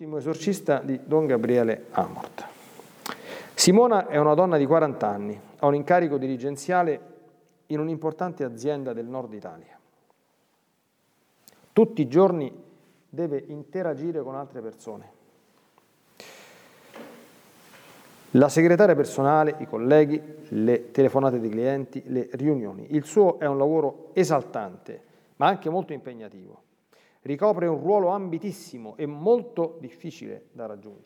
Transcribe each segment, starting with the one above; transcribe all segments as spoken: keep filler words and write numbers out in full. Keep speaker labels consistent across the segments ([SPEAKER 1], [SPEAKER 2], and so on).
[SPEAKER 1] L'ultimo esorcista di Don Gabriele Amort. Simona è una donna di quaranta anni, ha un incarico dirigenziale in un'importante azienda del nord Italia. Tutti i giorni deve interagire con altre persone. La segretaria personale, i colleghi, le telefonate dei clienti, le riunioni. Il suo è un lavoro esaltante, ma anche molto impegnativo. Ricopre un ruolo ambitissimo e molto difficile da raggiungere.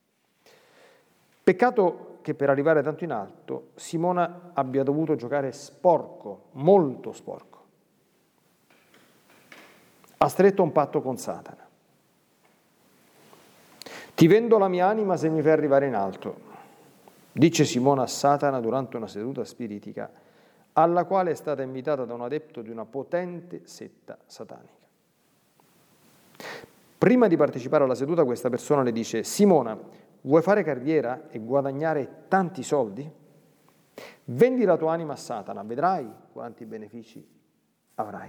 [SPEAKER 1] Peccato che per arrivare tanto in alto Simona abbia dovuto giocare sporco, molto sporco. Ha stretto un patto con Satana. Ti vendo la mia anima se mi fai arrivare in alto, dice Simona a Satana durante una seduta spiritica alla quale è stata invitata da un adepto di una potente setta satanica. Prima di partecipare alla seduta questa persona le dice: Simona, vuoi fare carriera e guadagnare tanti soldi? Vendi la tua anima a Satana, vedrai quanti benefici avrai.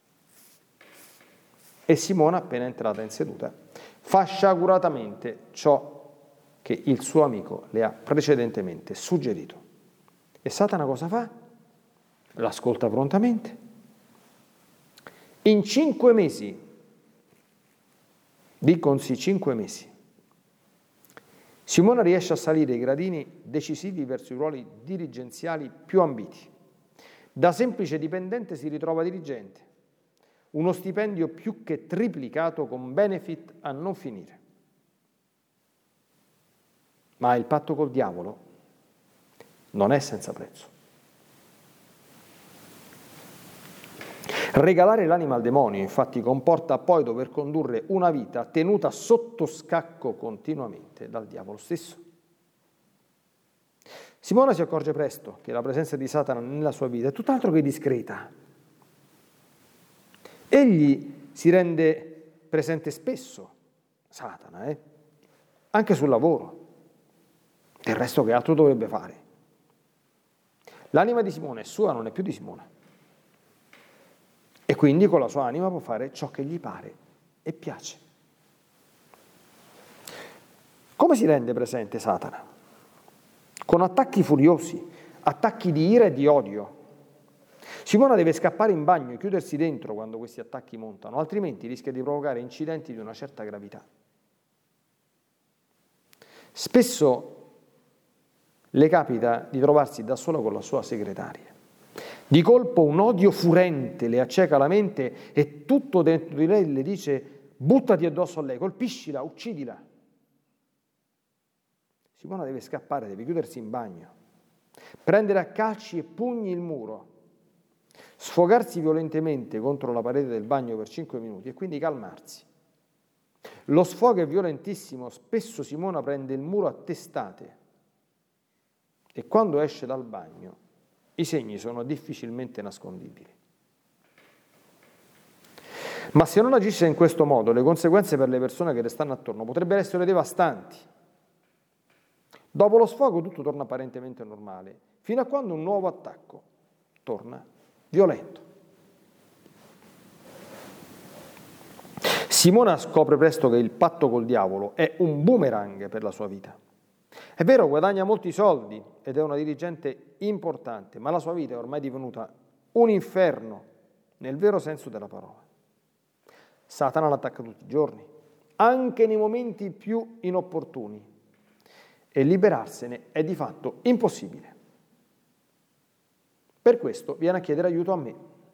[SPEAKER 1] E Simona, appena entrata in seduta, fa sciaguratamente ciò che il suo amico le ha precedentemente suggerito. E Satana cosa fa? L'ascolta prontamente. In cinque mesi, diconsi cinque mesi, Simona riesce a salire i gradini decisivi verso i ruoli dirigenziali più ambiti. Da semplice dipendente si ritrova dirigente, uno stipendio più che triplicato con benefit a non finire. Ma il patto col diavolo non è senza prezzo. Regalare l'anima al demonio, infatti, comporta poi dover condurre una vita tenuta sotto scacco continuamente dal diavolo stesso. Simona si accorge presto che la presenza di Satana nella sua vita è tutt'altro che discreta. Egli si rende presente spesso, Satana, eh? anche sul lavoro. Del resto che altro dovrebbe fare? L'anima di Simone è sua, non è più di Simone. E quindi con la sua anima può fare ciò che gli pare e piace. Come si rende presente Satana? Con attacchi furiosi, attacchi di ira e di odio. Simona deve scappare in bagno e chiudersi dentro quando questi attacchi montano, altrimenti rischia di provocare incidenti di una certa gravità. Spesso le capita di trovarsi da sola con la sua segretaria. Di colpo un odio furente le acceca la mente e tutto dentro di lei le dice: buttati addosso a lei, colpiscila, uccidila. Simona deve scappare, deve chiudersi in bagno, prendere a calci e pugni il muro, sfogarsi violentemente contro la parete del bagno per cinque minuti e quindi calmarsi. Lo sfogo è violentissimo, spesso Simona prende il muro a testate e quando esce dal bagno i segni sono difficilmente nascondibili. Ma se non agisse in questo modo, le conseguenze per le persone che le stanno attorno potrebbero essere devastanti. Dopo lo sfogo tutto torna apparentemente normale, fino a quando un nuovo attacco torna violento. Simona scopre presto che il patto col diavolo è un boomerang per la sua vita. È vero, guadagna molti soldi ed è una dirigente importante, ma la sua vita è ormai divenuta un inferno nel vero senso della parola. Satana l'attacca tutti i giorni, anche nei momenti più inopportuni, e liberarsene è di fatto impossibile. Per questo viene a chiedere aiuto a me.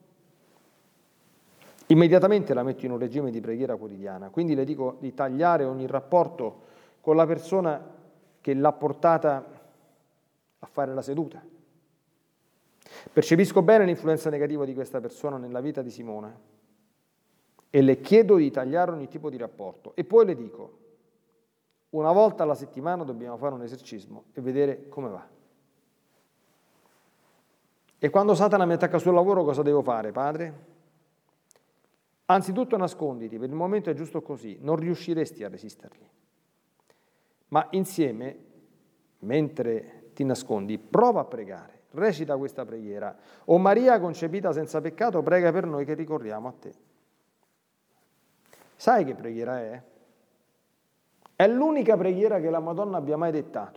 [SPEAKER 1] Immediatamente la metto in un regime di preghiera quotidiana, quindi le dico di tagliare ogni rapporto con la persona che l'ha portata a fare la seduta. Percepisco bene l'influenza negativa di questa persona nella vita di Simona e le chiedo di tagliare ogni tipo di rapporto. E poi le dico: una volta alla settimana dobbiamo fare un esercismo e vedere come va. E quando Satana mi attacca sul lavoro, cosa devo fare, padre? Anzitutto nasconditi, per il momento è giusto così, non riusciresti a resistergli. Ma insieme, mentre ti nascondi, prova a pregare, recita questa preghiera: O Maria concepita senza peccato, prega per noi che ricorriamo a te. Sai che preghiera è? È l'unica preghiera che la Madonna abbia mai dettato.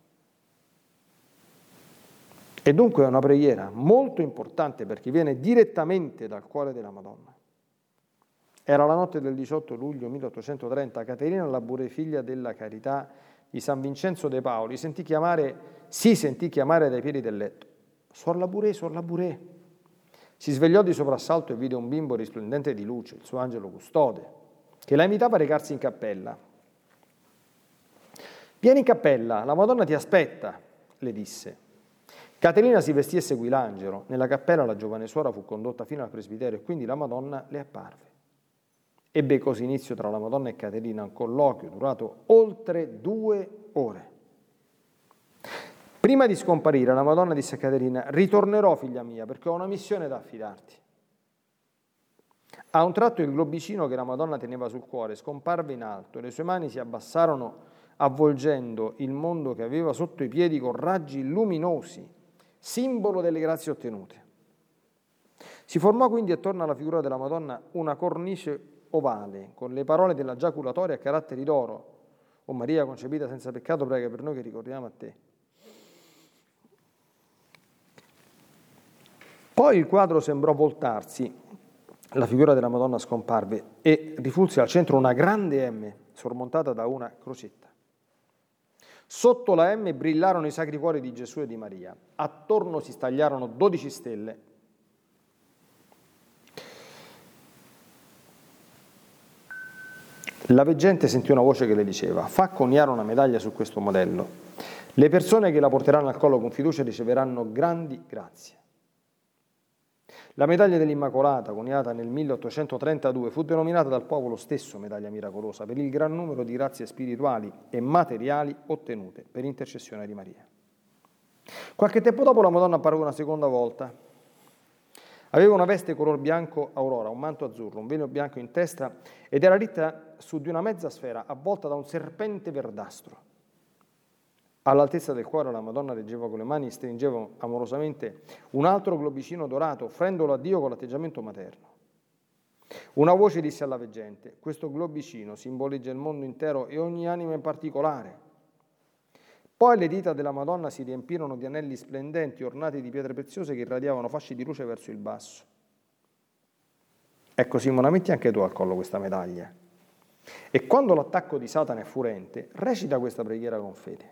[SPEAKER 1] E dunque è una preghiera molto importante perché viene direttamente dal cuore della Madonna. Era la notte del diciotto luglio milleottocentotrenta, Caterina Labouré, figlia della Carità di San Vincenzo de Paoli, sentì chiamare, si sentì chiamare dai piedi del letto. Suor Labouré, Suor Labouré. Si svegliò di soprassalto e vide un bimbo risplendente di luce, il suo angelo custode, che la invitava a recarsi in cappella. Vieni in cappella, la Madonna ti aspetta, le disse. Caterina si vestì e seguì l'angelo. Nella cappella la giovane suora fu condotta fino al presbiterio e quindi la Madonna le apparve. Ebbe così inizio tra la Madonna e Caterina un colloquio durato oltre due ore. Prima di scomparire, la Madonna disse a Caterina: ritornerò, figlia mia, perché ho una missione da affidarti. A un tratto il globicino che la Madonna teneva sul cuore scomparve in alto e le sue mani si abbassarono avvolgendo il mondo che aveva sotto i piedi con raggi luminosi, simbolo delle grazie ottenute. Si formò quindi attorno alla figura della Madonna una cornice ovale con le parole della giaculatoria a caratteri d'oro: O Maria concepita senza peccato, prega per noi che ricordiamo a te. Poi il quadro sembrò voltarsi, la figura della Madonna scomparve e rifulse al centro una grande M sormontata da una crocetta. Sotto la M brillarono i sacri cuori di Gesù e di Maria. Attorno si stagliarono dodici stelle. La veggente sentì una voce che le diceva: fa coniare una medaglia su questo modello. Le persone che la porteranno al collo con fiducia riceveranno grandi grazie. La medaglia dell'Immacolata, coniata nel milleottocentotrentadue, fu denominata dal popolo stesso medaglia miracolosa per il gran numero di grazie spirituali e materiali ottenute per intercessione di Maria. Qualche tempo dopo la Madonna apparve una seconda volta. Aveva una veste color bianco aurora, un manto azzurro, un velo bianco in testa ed era ritta su di una mezza sfera avvolta da un serpente verdastro. All'altezza del cuore la Madonna reggeva con le mani e stringeva amorosamente un altro globicino dorato, offrendolo a Dio con l'atteggiamento materno. Una voce disse alla veggente: questo globicino simboleggia il mondo intero e ogni anima in particolare. Poi le dita della Madonna si riempirono di anelli splendenti ornati di pietre preziose che irradiavano fasci di luce verso il basso. Ecco Simona, metti anche tu al collo questa medaglia. E quando l'attacco di Satana è furente, recita questa preghiera con fede.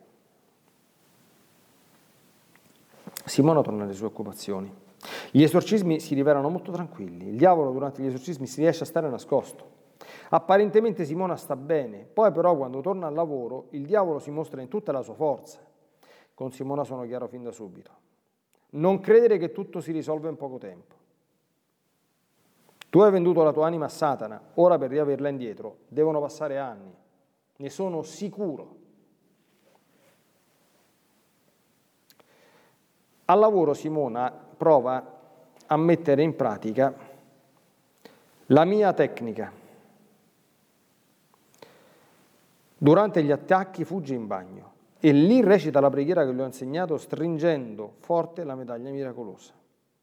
[SPEAKER 1] Simona torna alle sue occupazioni. Gli esorcismi si rivelano molto tranquilli. Il diavolo durante gli esorcismi si riesce a stare nascosto. Apparentemente Simona sta bene, poi però quando torna al lavoro il diavolo si mostra in tutta la sua forza. Con Simona sono chiaro fin da subito. Non credere che tutto si risolve in poco tempo. Tu hai venduto la tua anima a Satana, ora per riaverla indietro devono passare anni. Ne sono sicuro. Al lavoro Simona prova a mettere in pratica la mia tecnica. Durante gli attacchi fugge in bagno e lì recita la preghiera che gli ho insegnato stringendo forte la medaglia miracolosa.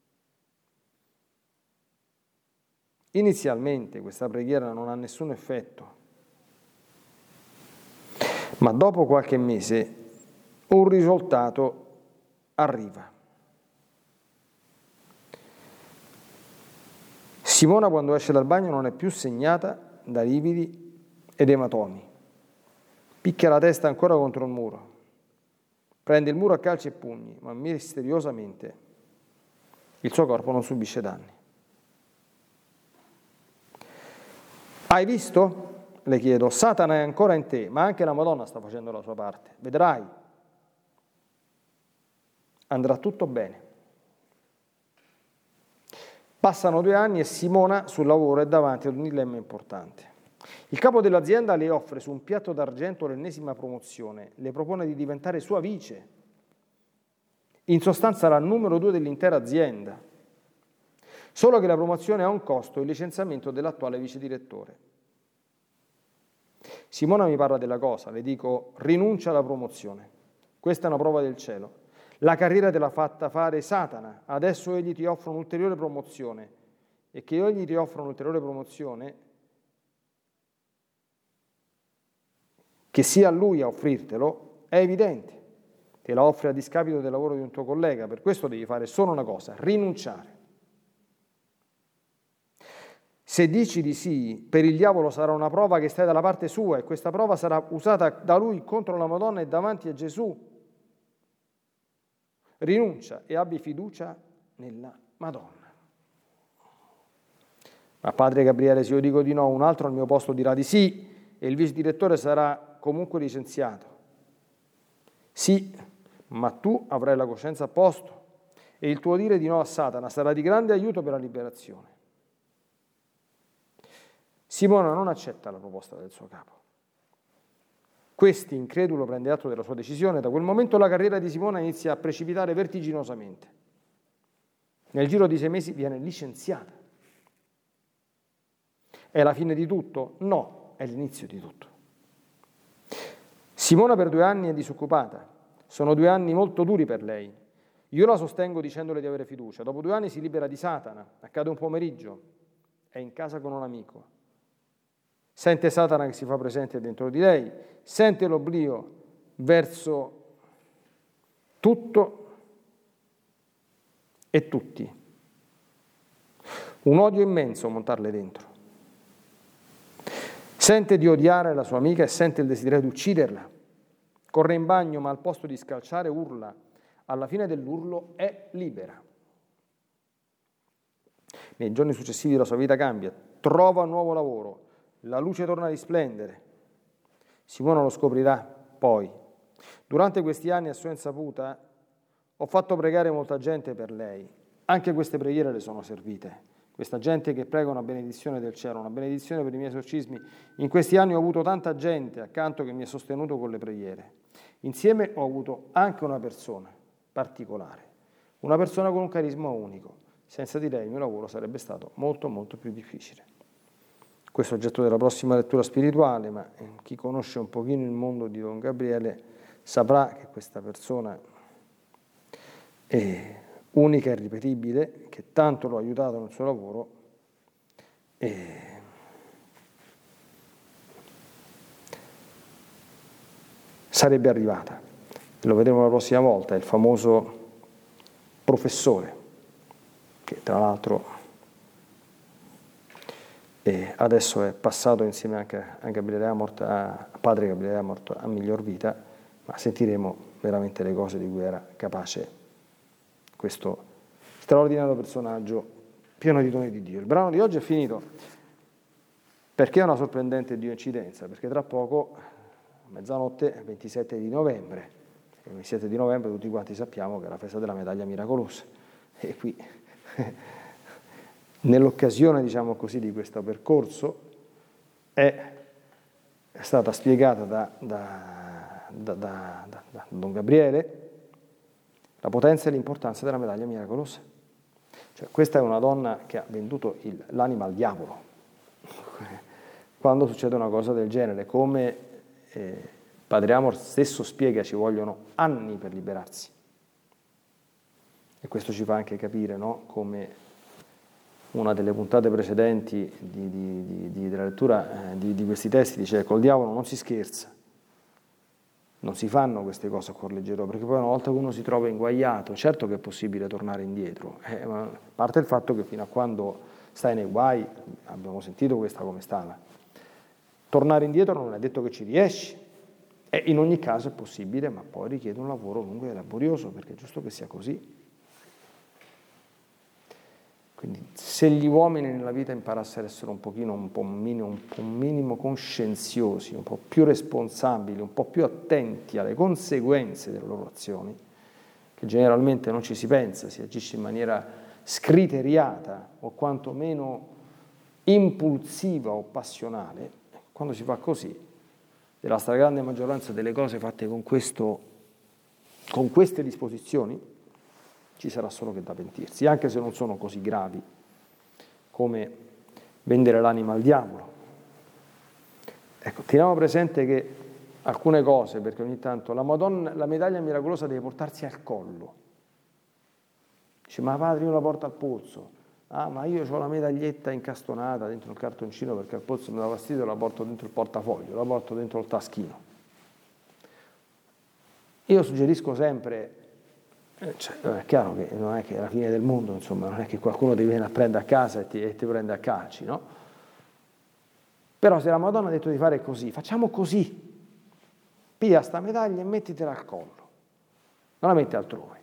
[SPEAKER 1] Inizialmente questa preghiera non ha nessun effetto, ma dopo qualche mese un risultato arriva. Simona quando esce dal bagno non è più segnata da lividi ed ematomi. Picchia la testa ancora contro il muro. Prende il muro a calci e pugni, ma misteriosamente il suo corpo non subisce danni. Hai visto? Le chiedo. Satana è ancora in te, ma anche la Madonna sta facendo la sua parte. Vedrai. Andrà tutto bene. Passano due anni e Simona sul lavoro è davanti ad un dilemma importante. Il capo dell'azienda le offre su un piatto d'argento l'ennesima promozione, le propone di diventare sua vice. In sostanza la numero due dell'intera azienda. Solo che la promozione ha un costo, il licenziamento dell'attuale vice direttore. Simona mi parla della cosa, le dico rinuncia alla promozione. Questa è una prova del cielo. La carriera te l'ha fatta fare Satana, adesso egli ti offre un'ulteriore promozione e che egli ti offra un'ulteriore promozione che sia lui a offrirtelo, è evidente. Te la offre a discapito del lavoro di un tuo collega, per questo devi fare solo una cosa, rinunciare. Se dici di sì, per il diavolo sarà una prova che stai dalla parte sua e questa prova sarà usata da lui contro la Madonna e davanti a Gesù. Rinuncia e abbi fiducia nella Madonna. Ma padre Gabriele, se io dico di no, un altro al mio posto dirà di sì e il vice direttore sarà comunque licenziato. Sì, ma tu avrai la coscienza a posto e il tuo dire di no a Satana sarà di grande aiuto per la liberazione. Simona non accetta la proposta del suo capo. Questi, incredulo, prende atto della sua decisione. Da quel momento la carriera di Simona inizia a precipitare vertiginosamente. Nel giro di sei mesi viene licenziata. È la fine di tutto? No, è l'inizio di tutto. Simona per due anni è disoccupata. Sono due anni molto duri per lei. Io la sostengo dicendole di avere fiducia. Dopo due anni si libera di Satana. Accade un pomeriggio. È in casa con un amico. Sente Satana che si fa presente dentro di lei. Sente l'oblio verso tutto e tutti. Un odio immenso montarle dentro. Sente di odiare la sua amica e sente il desiderio di ucciderla. Corre in bagno, ma al posto di scalciare urla. Alla fine dell'urlo è libera. Nei giorni successivi la sua vita cambia. Trova un nuovo lavoro. La luce torna a risplendere. Simona lo scoprirà poi. Durante questi anni a sua insaputa ho fatto pregare molta gente per lei. Anche queste preghiere le sono servite. Questa gente che prega una benedizione del cielo, una benedizione per i miei esorcismi. In questi anni ho avuto tanta gente accanto che mi ha sostenuto con le preghiere. Insieme ho avuto anche una persona particolare, una persona con un carisma unico. Senza di lei il mio lavoro sarebbe stato molto molto più difficile. Questo è oggetto della prossima lettura spirituale, ma chi conosce un pochino il mondo di Don Gabriele saprà che questa persona è unica e irripetibile, che tanto lo ha aiutato nel suo lavoro e sarebbe arrivata. Lo vedremo la prossima volta, è il famoso professore, che tra l'altro e adesso è passato insieme anche a Gabriele Amort, a padre Gabriele Amort, a miglior vita, ma sentiremo veramente le cose di cui era capace questo straordinario personaggio pieno di doni di Dio. Il brano di oggi è finito. Perché è una sorprendente coincidenza? Perché tra poco, mezzanotte, ventisette di novembre, il ventisette di novembre tutti quanti sappiamo che è la festa della medaglia miracolosa. E qui, nell'occasione, diciamo così, di questo percorso, è stata spiegata da, da, da, da, da, da Don Gabriele la potenza e l'importanza della medaglia miracolosa. Cioè, questa è una donna che ha venduto il, l'anima al diavolo. Quando succede una cosa del genere, come eh, Padre Amor stesso spiega, ci vogliono anni per liberarsi. E questo ci fa anche capire, no? Come una delle puntate precedenti di, di, di, di, della lettura eh, di, di questi testi dice: col diavolo non si scherza. Non si fanno queste cose a cuor leggero, perché poi una volta che uno si trova inguaiato, certo che è possibile tornare indietro, eh, ma a parte il fatto che fino a quando stai nei guai, abbiamo sentito questa come stava, tornare indietro non è detto che ci riesci, e in ogni caso è possibile, ma poi richiede un lavoro lungo e laborioso, perché è giusto che sia così. Quindi se gli uomini nella vita imparassero a essere un pochino, un po' minimo, un po' minimo conscienziosi, un po' più responsabili, un po' più attenti alle conseguenze delle loro azioni, che generalmente non ci si pensa, si agisce in maniera scriteriata o quantomeno impulsiva o passionale, quando si fa così, della stragrande maggioranza delle cose fatte con, questo, con queste disposizioni, ci sarà solo che da pentirsi, anche se non sono così gravi come vendere l'anima al diavolo. Ecco, teniamo presente che alcune cose, perché ogni tanto la Madonna, la medaglia miracolosa deve portarsi al collo. Dice: ma padre, io la porto al polso. Ah, ma io ho la medaglietta incastonata dentro il cartoncino perché al polso mi dà fastidio, la porto dentro il portafoglio, la porto dentro il taschino. Io suggerisco sempre, eh, cioè, è chiaro che non è che è la fine del mondo, insomma, non è che qualcuno ti viene a prendere a casa e ti, e ti prende a calci, no? Però se la Madonna ha detto di fare così, facciamo così. Pia sta medaglia e mettitela al collo, non la metti altrove.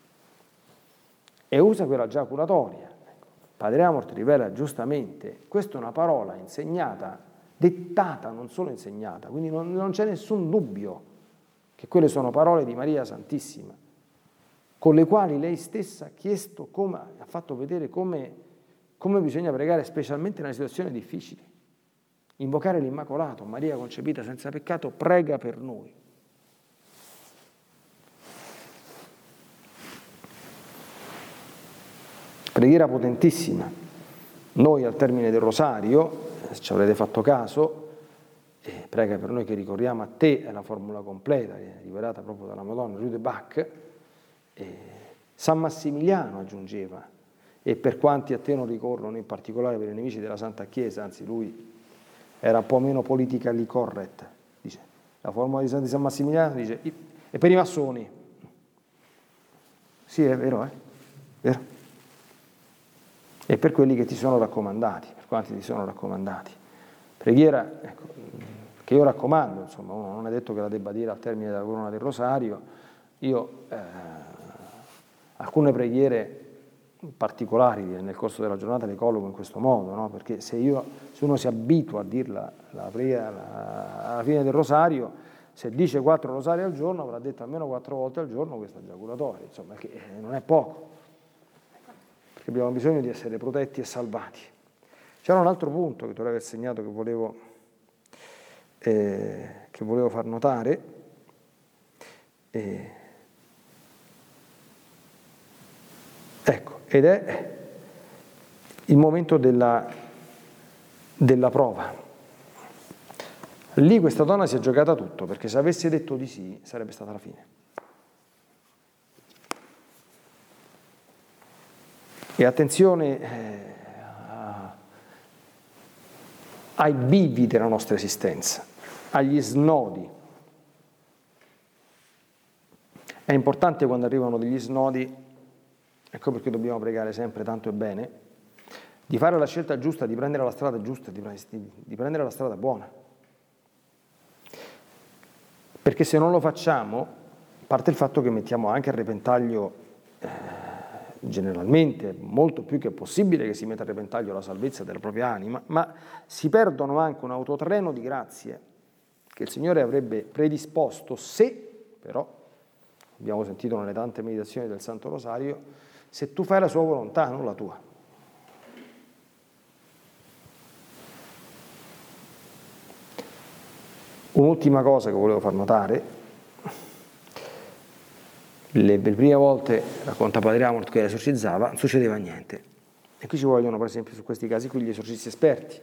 [SPEAKER 1] E usa quella giaculatoria. Padre Amort rivela giustamente, questa è una parola insegnata, dettata, non solo insegnata, quindi non, non c'è nessun dubbio che quelle sono parole di Maria Santissima, con le quali lei stessa ha chiesto, come, ha fatto vedere come, come bisogna pregare, specialmente nelle situazioni difficili. Invocare l'Immacolato, Maria concepita senza peccato, prega per noi. Preghiera potentissima. Noi al termine del rosario, se ci avrete fatto caso, eh, prega per noi che ricorriamo a te, è la formula completa, è liberata proprio dalla Madonna, Rue de Bach. Eh, San Massimiliano aggiungeva, e per quanti a te non ricorrono, in particolare per i nemici della Santa Chiesa, anzi lui era un po' meno politically correct, dice, la formula di San Massimiliano dice, e per i massoni. Sì, è vero, eh? Vero? E per quelli che ti sono raccomandati, per quanti ti sono raccomandati. Preghiera, ecco, che io raccomando, insomma, uno non è detto che la debba dire al termine della corona del rosario. Io eh, alcune preghiere particolari nel corso della giornata le colloco in questo modo, no? Perché se, io, se uno si abitua a dirla la preghiera la, alla fine del rosario, se dice quattro rosari al giorno avrà detto almeno quattro volte al giorno questa giaculatoria, insomma, che non è poco, perché abbiamo bisogno di essere protetti e salvati. C'era un altro punto che dovrei aver segnato che volevo, eh, che volevo far notare. Eh, ecco, ed è il momento della, della prova. Lì questa donna si è giocata tutto, perché se avesse detto di sì sarebbe stata la fine. E attenzione eh, ai bivi della nostra esistenza, agli snodi. È importante quando arrivano degli snodi, ecco perché dobbiamo pregare sempre tanto e bene, di fare la scelta giusta, di prendere la strada giusta, di, di prendere la strada buona. Perché se non lo facciamo, a parte il fatto che mettiamo anche a repentaglio, eh, generalmente, molto più che possibile che si metta a repentaglio la salvezza della propria anima, ma si perdono anche un autotreno di grazie che il Signore avrebbe predisposto se, però, abbiamo sentito nelle tante meditazioni del Santo Rosario, se tu fai la sua volontà, non la tua. Un'ultima cosa che volevo far notare, le, le prime volte, racconta Padre Amort, che esorcizzava, non succedeva niente. E qui ci vogliono, per esempio, su questi casi qui, gli esorcisti esperti,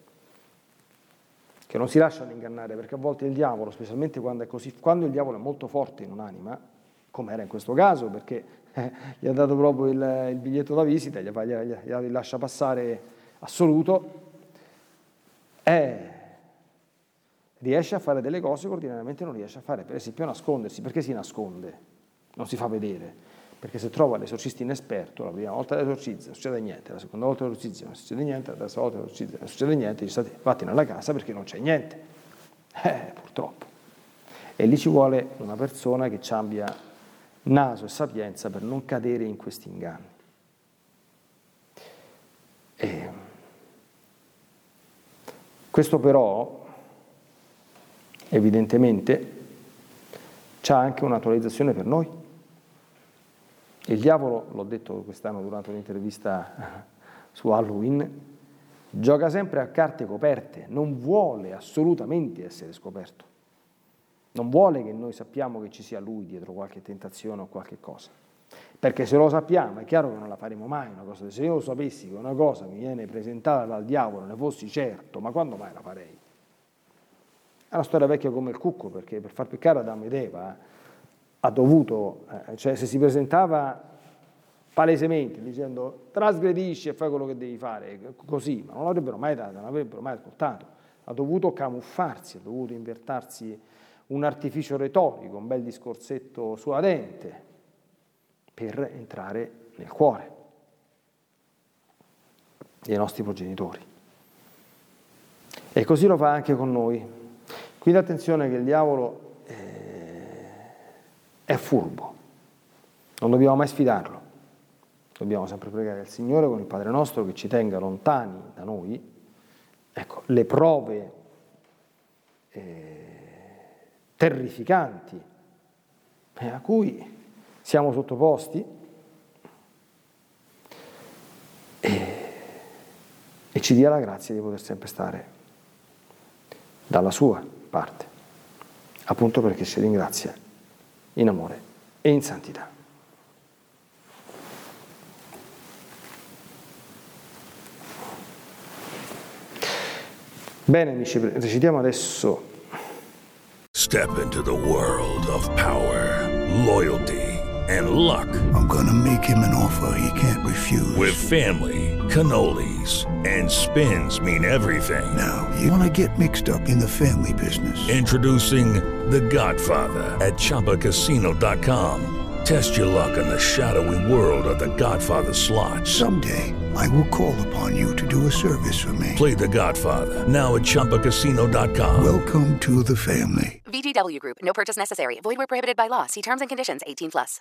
[SPEAKER 1] che non si lasciano ingannare, perché a volte il diavolo, specialmente quando è così, quando il diavolo è molto forte in un'anima, come era in questo caso, perché eh, gli ha dato proprio il, il biglietto da visita, gli, gli, gli, gli lascia passare assoluto, eh, riesce a fare delle cose che ordinariamente non riesce a fare, per esempio nascondersi. Perché si nasconde? Non si fa vedere, perché se trova l'esorcista inesperto, la prima volta l'esorcizza, non succede niente, la seconda volta l'esorcizza, non succede niente, la terza volta l'esorcizza, non succede niente, dice, vatti nella casa perché non c'è niente. Eh, purtroppo. E lì ci vuole una persona che ci abbia naso e sapienza per non cadere in questi inganni. E questo però, evidentemente, c'ha anche un'attualizzazione per noi. Il diavolo, l'ho detto quest'anno durante un'intervista su Halloween, gioca sempre a carte coperte, non vuole assolutamente essere scoperto. Non vuole che noi sappiamo che ci sia lui dietro qualche tentazione o qualche cosa. Perché se lo sappiamo è chiaro che non la faremo mai una cosa. Se io lo sapessi che una cosa mi viene presentata dal diavolo, ne fossi certo, ma quando mai la farei? È una storia vecchia come il cucco, perché per far peccare Adamo ed Eva ha dovuto, eh, cioè se si presentava palesemente dicendo trasgredisci e fai quello che devi fare, così, ma non l'avrebbero mai dato, non l'avrebbero mai ascoltato. Ha dovuto camuffarsi, ha dovuto invertarsi un artificio retorico, un bel discorsetto suadente per entrare nel cuore dei nostri progenitori. E così lo fa anche con noi. Quindi attenzione che il diavolo eh, è furbo, non dobbiamo mai sfidarlo. Dobbiamo sempre pregare il Signore con il Padre nostro che ci tenga lontani da noi. Ecco, le prove eh, terrificanti eh, a cui siamo sottoposti e, e ci dia la grazia di poter sempre stare dalla sua parte, appunto perché ci ringrazia in amore e in santità. Bene amici, recitiamo adesso.
[SPEAKER 2] Step into the world of power, loyalty, and luck.
[SPEAKER 3] I'm gonna make him an offer he can't refuse.
[SPEAKER 2] With family, cannolis, and spins mean everything.
[SPEAKER 3] Now, you wanna get mixed up in the family business.
[SPEAKER 2] Introducing The Godfather at Chumba Casino dot com. Test your luck in the shadowy world of The Godfather slot.
[SPEAKER 3] Someday, I will call upon you to do a service for me.
[SPEAKER 2] Play The Godfather, now at Chumba Casino dot com.
[SPEAKER 3] Welcome to the family.
[SPEAKER 4] V G W Group. No purchase necessary. Void where prohibited by law. See terms and conditions. eighteen plus.